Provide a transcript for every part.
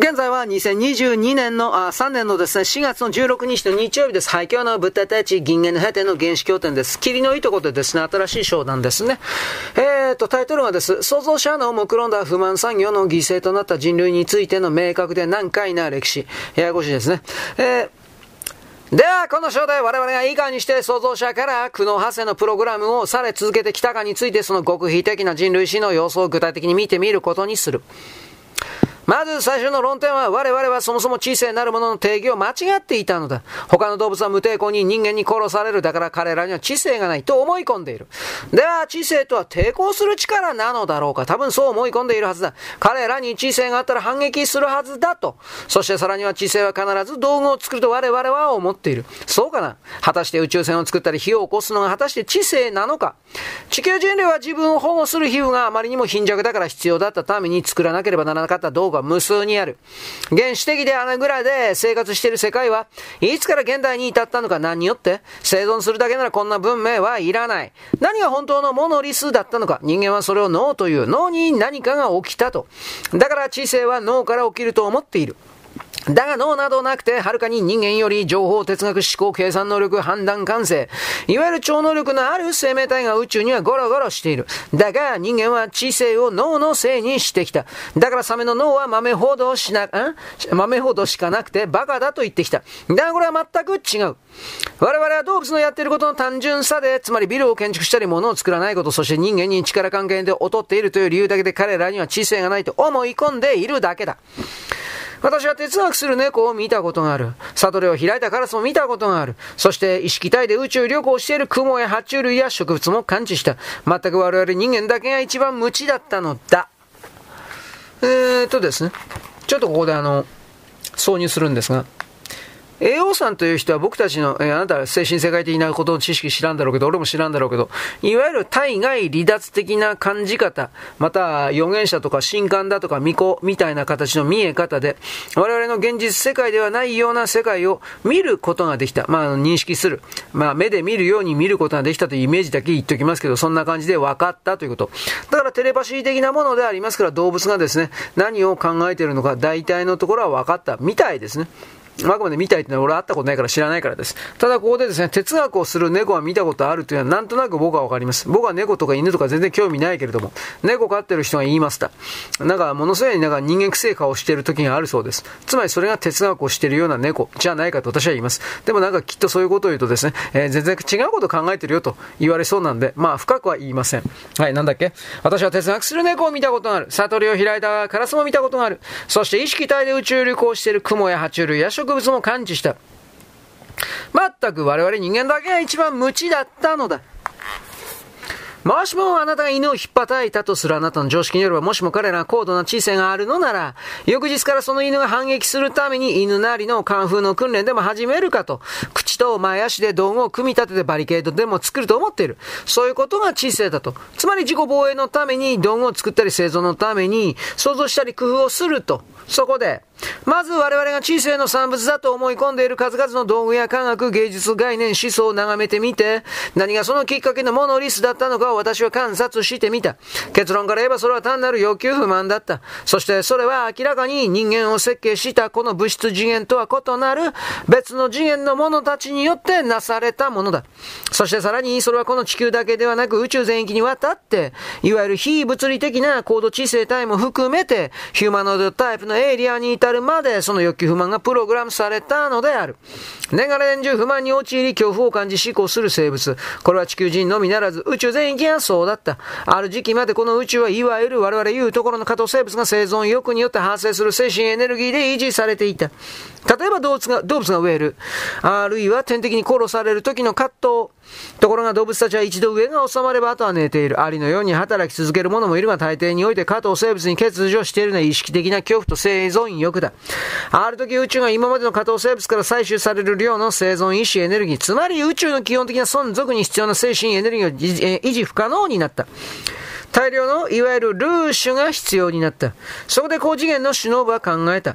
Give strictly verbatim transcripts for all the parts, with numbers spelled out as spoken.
現在はにせんにじゅうにねんの、あ、さんねんのですね、しがつのじゅうろくにちの日曜日です。はい、今日のブッダたち銀河の果ての原始経典です。霧のいいところでですね、新しい章なんですね。えーと、タイトルはです、創造者の目論んだ不満産業の犠牲となった人類についての明確で難解な歴史。ややこしいですね。えーでは、この章で我々がいかにして創造者から苦悩発生のプログラムをされ続けてきたかについて、その極秘的な人類史の様子を具体的に見てみることにする。まず最初の論点は、我々はそもそも知性なるものの定義を間違っていたのだ。他の動物は無抵抗に人間に殺される。だから彼らには知性がないと思い込んでいる。では、知性とは抵抗する力なのだろうか。多分そう思い込んでいるはずだ。彼らに知性があったら反撃するはずだと。そしてさらには知性は必ず道具を作ると我々は思っている。そうかな。果たして宇宙船を作ったり火を起こすのが果たして知性なのか。地球人類は自分を保護する皮膚があまりにも貧弱だから必要だったために作らなければならなかった道具は無数にある。原始的で穴蔵で生活している世界はいつから現代に至ったのか。何によって生存するだけならこんな文明はいらない。何が本当のモノリスだったのか。人間はそれを脳という。脳に何かが起きたと。だから知性は脳から起きると思っている。だが脳などなくて、はるかに人間より情報、哲学、思考、計算能力、判断、感性、いわゆる超能力のある生命体が宇宙にはゴロゴロしている。だが人間は知性を脳のせいにしてきた。だからサメの脳は豆ほどしな、ん豆ほどしかなくてバカだと言ってきた。だがこれは全く違う。我々は動物のやっていることの単純さで、つまりビルを建築したり物を作らないこと、そして人間に力関係で劣っているという理由だけで彼らには知性がないと思い込んでいるだけだ。私は哲学する猫を見たことがある。悟りを開いたカラスも見たことがある。そして意識体で宇宙旅行している雲や爬虫類や植物も感知した。全く我々人間だけが一番無知だったのだ。えーっとですね。ちょっとここであの、挿入するんですが、エーオー さんという人は僕たちの、えー、あなたは精神世界的なことの知識知らんだろうけど、俺も知らんだろうけど、いわゆる対外離脱的な感じ方、また預言者とか神官だとか巫女みたいな形の見え方で、我々の現実世界ではないような世界を見ることができた。まあ認識する。まあ目で見るように見ることができたというイメージだけ言っておきますけど、そんな感じで分かったということ。だからテレパシー的なものでありますから、動物がですね、何を考えているのか大体のところは分かったみたいですね。あくまで見たいってのは俺は会ったことないから知らないからです。ただここでですね、哲学をする猫は見たことあるというのはなんとなく僕はわかります。僕は猫とか犬とか全然興味ないけれども、猫飼ってる人が言いました。なんかものすごいなんか人間臭い顔をしている時があるそうです。つまりそれが哲学をしているような猫じゃないかと私は言います。でもなんかきっとそういうことを言うとですね、えー、全然違うことを考えてるよと言われそうなんで、まあ深くは言いません。はい、なんだっけ。私は哲学する猫を見たことがある。悟りを開いたカラスも見たことがある。そして意識体で宇宙旅行している雲や爬虫類や植物も感知した。全く我々人間だけが一番無知だったのだ。もしもあなたが犬を引っ叩いたとするあなたの常識によれば、もしも彼らが高度な知性があるのなら、翌日からその犬が反撃するために犬なりのカンフーの訓練でも始めるかと、口と前足で道具を組み立ててバリケードでも作ると思っている。そういうことが知性だと。つまり自己防衛のために道具を作ったり生存のために想像したり工夫をすると。そこで、まず我々が知性の産物だと思い込んでいる数々の道具や科学、芸術、概念、思想を眺めてみて、何がそのきっかけのモノリスだったのかを私は観察してみた。結論から言えばそれは単なる欲求不満だった。そしてそれは明らかに人間を設計したこの物質次元とは異なる別の次元の者たちによってなされたものだ。そしてさらにそれはこの地球だけではなく宇宙全域にわたって、いわゆる非物理的な高度知性体も含めて、ヒューマノイドタイプのエイリアンに至るまでその欲求不満がプログラムされたのである。年がら年中不満に陥り恐怖を感じ思考する生物。これは地球人のみならず宇宙全域がそうだった。ある時期までこの宇宙はいわゆる我々言うところの下等生物が生存欲によって発生する精神エネルギーで維持されていた。例えば動物が、動物が飢える。あるいは天敵に殺される時の葛藤。ところが動物たちは一度飢えが収まればあとは寝ている。アリのように働き続ける者もいるが、大抵において下等生物に欠如しているのは意識的な恐怖と生存欲だ。ある時宇宙が今までの下等生物から採取される量の生存意志エネルギー、つまり宇宙の基本的な存続に必要な精神エネルギーを維持不可能になった。大量のいわゆるルーシュが必要になった。そこで高次元の首脳部は考えた。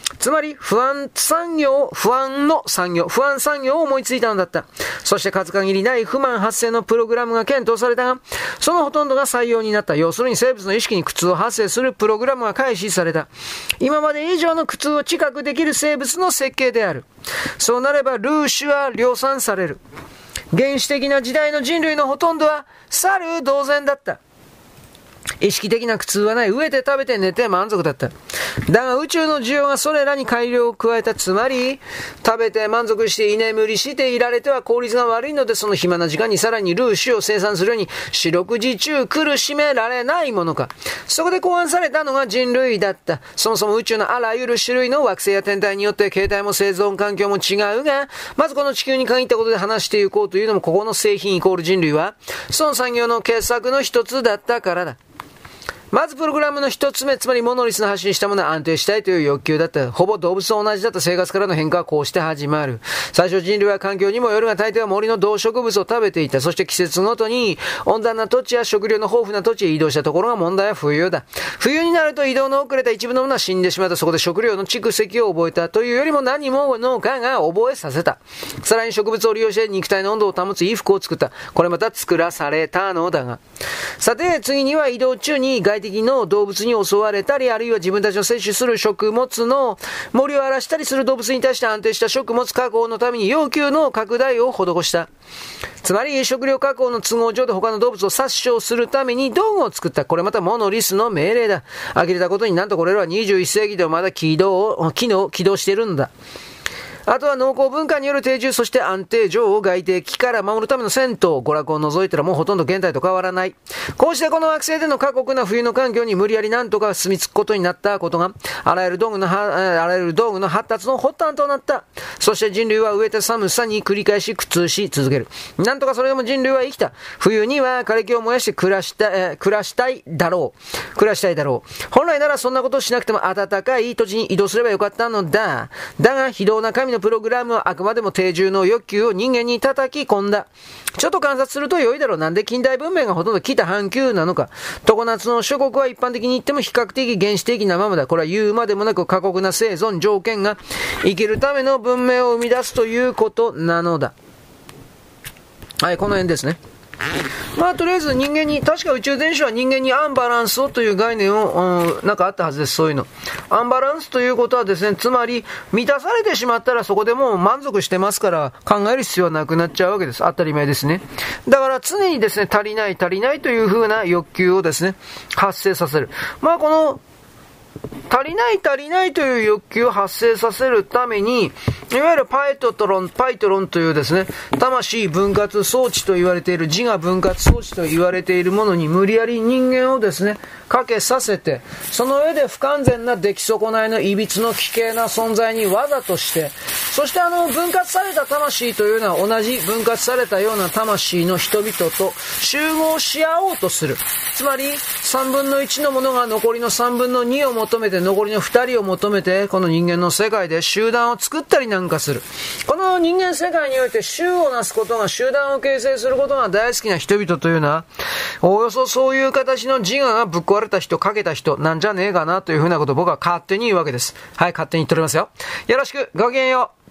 つまり、不安産業、不安の産業、不安産業を思いついたのだった。そして数限りない不満発生のプログラムが検討されたが、そのほとんどが採用になった。要するに生物の意識に苦痛を発生するプログラムが開始された。今まで以上の苦痛を知覚できる生物の設計である。そうなれば、ルーシュは量産される。原始的な時代の人類のほとんどは、猿同然だった。意識的な苦痛はない。飢えて食べて寝て満足だった。だが宇宙の需要がそれらに改良を加えた。つまり、食べて満足して居眠りしていられては効率が悪いので、その暇な時間にさらにルーシュを生産するように四六時中苦しめられないものか。そこで考案されたのが人類だった。そもそも宇宙のあらゆる種類の惑星や天体によって形態も生存環境も違うが、まずこの地球に限ったことで話していこうというのも、ここの製品イコール人類は、その産業の傑作の一つだったからだ。まずプログラムの一つ目、つまりモノリスの発信したものは安定したいという欲求だった。ほぼ動物と同じだった生活からの変化はこうして始まる。最初人類は環境にもよるが大抵は森の動植物を食べていた。そして季節ごとに温暖な土地や食料の豊富な土地へ移動したところが問題は冬だ。冬になると移動の遅れた一部のものは死んでしまった。そこで食料の蓄積を覚えたというよりも何も農家が覚えさせた。さらに植物を利用して肉体の温度を保つ衣服を作った。これまた作らされたのだが。さて次には移動中に外敵の動物に襲われたり、あるいは自分たちの摂取する食物の森を荒らしたりする動物に対して安定した食物確保のために要求の拡大を施した。つまり食料確保の都合上で他の動物を殺傷するために道具を作った。これまたモノリスの命令だ。呆れたことになんとこれらはにじゅういっ世紀でもまだ起動、機能、起動しているんだ。あとは農耕文化による定住、そして安定上を外敵から守るための戦闘、娯楽を除いたらもうほとんど現代と変わらない。こうしてこの惑星での過酷な冬の環境に無理やりなんとか住み着くことになったことが、あらゆる道具の、あらゆる道具の発達の発端となった。そして人類は飢えた寒さに繰り返し苦痛し続ける。なんとかそれでも人類は生きた。冬には枯れ木を燃やして暮らした、えー、暮らしたいだろう。暮らしたいだろう。本来ならそんなことをしなくても暖かい土地に移動すればよかったのだ。だが非道な神のプログラムはあくまでも定住の欲求を人間に叩き込んだ。ちょっと観察すると良いだろう。なんで近代文明がほとんど北半球なのか。常夏の諸国は一般的に言っても比較的原始的なままだ。これは言うまでもなく過酷な生存条件が生きるための文明を生み出すということなのだ。はい、この辺ですね。まあとりあえず人間に、確か宇宙電子は人間にアンバランスをという概念を、うん、なんかあったはずです。そういうの。アンバランスということはですね、つまり満たされてしまったらそこでもう満足してますから考える必要はなくなっちゃうわけです。当たり前ですね。だから常にですね、足りない足りないという風な欲求をですね、発生させる。まあこの足りない足りないという欲求を発生させるために、いわゆるパイトロン、パイトロンというですね、魂分割装置と言われている、自我分割装置と言われているものに無理やり人間をですね、かけさせて、その上で不完全な出来損ないの歪の奇形な存在にわざとして、そしてあの分割された魂というのは同じ分割されたような魂の人々と集合し合おうとする。つまりさんぶんのいちのものが残りのさんぶんのにを求めて、残りのふたりを求めて、この人間の世界で集団を作ったりなんかする。この人間世界において衆をなすことが、集団を形成することが大好きな人々というのは、およそそういう形の自我がぶっ壊れた人、かけた人なんじゃねえかなというふうなことを僕は勝手に言うわけです。はい、勝手に言っておりますよ。よろしく、ごきげんよう。